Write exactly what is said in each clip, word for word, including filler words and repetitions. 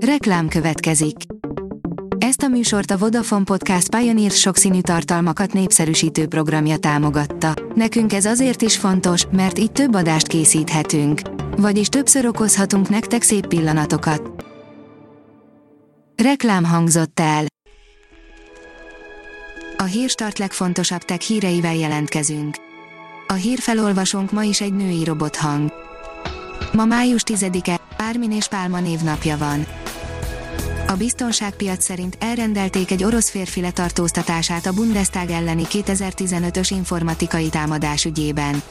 Reklám következik. Ezt a műsort a Vodafone Podcast Pioneer sokszínű tartalmakat népszerűsítő programja támogatta. Nekünk ez azért is fontos, mert így több adást készíthetünk. Vagyis többször okozhatunk nektek szép pillanatokat. Reklám hangzott el. A Hírstart legfontosabb tech híreivel jelentkezünk. A hírfelolvasónk ma is egy női robothang. Ma május tizedike, Ármin és Pálma névnapja van. A biztonságpiac szerint elrendelték egy orosz férfi letartóztatását a Bundestag elleni kétezer-tizenötös informatikai támadás ügyében.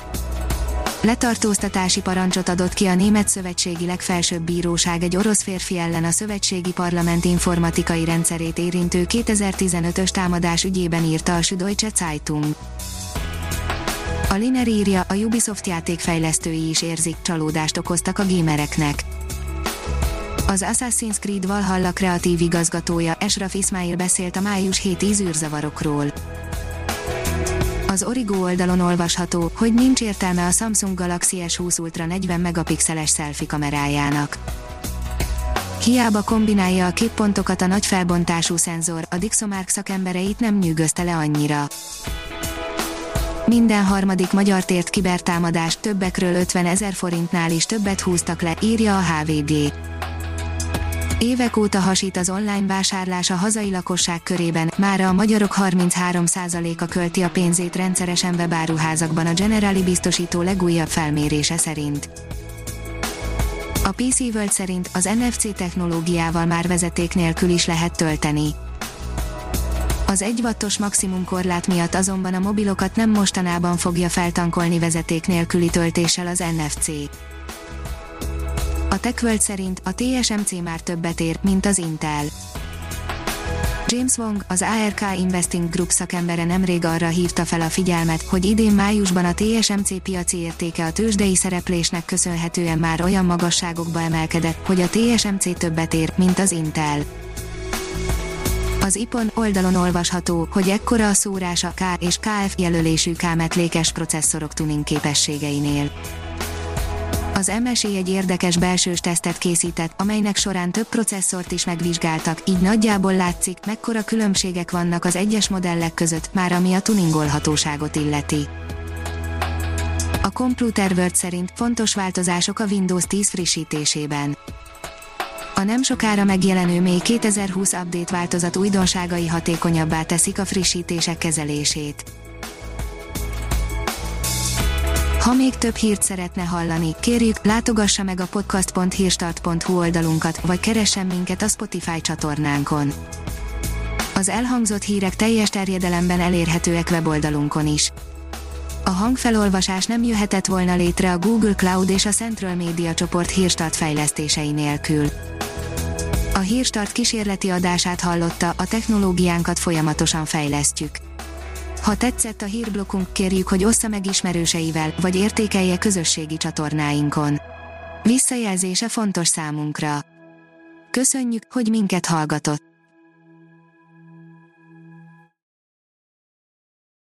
Letartóztatási parancsot adott ki a Német Szövetségi Legfelsőbb Bíróság egy orosz férfi ellen a szövetségi parlament informatikai rendszerét érintő kétezer-tizenötös támadás ügyében, írta a Süddeutsche Zeitung. A Liner írja, a Ubisoft játékfejlesztői is érzik, csalódást okoztak a gamereknek. Az Assassin's Creed Valhalla kreatív igazgatója, Esraf Ismail beszélt a május héti űrzavarokról. Az Origo oldalon olvasható, hogy nincs értelme a Samsung Galaxy es húsz Ultra negyven megapixeles selfie kamerájának. Hiába kombinálja a képpontokat a nagy felbontású szenzor, a Dixomark szakembereit nem nyűgözte le annyira. Minden harmadik magyar tért kibertámadást, többekről ötvenezer forintnál is többet húztak le, írja a há vé gé. Évek óta hasít az online vásárlás a hazai lakosság körében, mára a magyarok harminchárom százaléka költi a pénzét rendszeresen webáruházakban a Generali biztosító legújabb felmérése szerint. A pé cé World szerint az en ef cé technológiával már vezeték nélkül is lehet tölteni. Az egy wattos maximum korlát miatt azonban a mobilokat nem mostanában fogja feltankolni vezeték nélküli töltéssel az en ef cé. A TechWorld szerint a té es em cé már többet ér, mint az Intel. James Wong, az á er ká Investing Group szakembere nemrég arra hívta fel a figyelmet, hogy idén májusban a té es em cé piaci értéke a tőzsdei szereplésnek köszönhetően már olyan magasságokba emelkedett, hogy a té es em cé többet ér, mint az Intel. Az i pon oldalon olvasható, hogy ekkora a szórás a K és ká ef jelölésű K-metlékes processzorok tuning képességeinél. Az em es i egy érdekes belsős tesztet készített, amelynek során több processzort is megvizsgáltak, így nagyjából látszik, mekkora különbségek vannak az egyes modellek között, már ami a tuningolhatóságot illeti. A Computer World szerint fontos változások a Windows tíz frissítésében. A nem sokára megjelenő mély kétezer-húsz update változat újdonságai hatékonyabbá teszik a frissítések kezelését. Ha még több hírt szeretne hallani, kérjük, látogassa meg a podcast pont hírstart pont hu oldalunkat, vagy keressen minket a Spotify csatornánkon. Az elhangzott hírek teljes terjedelemben elérhetőek weboldalunkon is. A hangfelolvasás nem jöhetett volna létre a Google Cloud és a Central Media csoport Hírstart fejlesztései nélkül. A Hírstart kísérleti adását hallotta, a technológiánkat folyamatosan fejlesztjük. Ha tetszett a hírblokkunk, kérjük, hogy ossza meg ismerőseivel, vagy értékelje közösségi csatornáinkon. Visszajelzése fontos számunkra. Köszönjük, hogy minket hallgatott!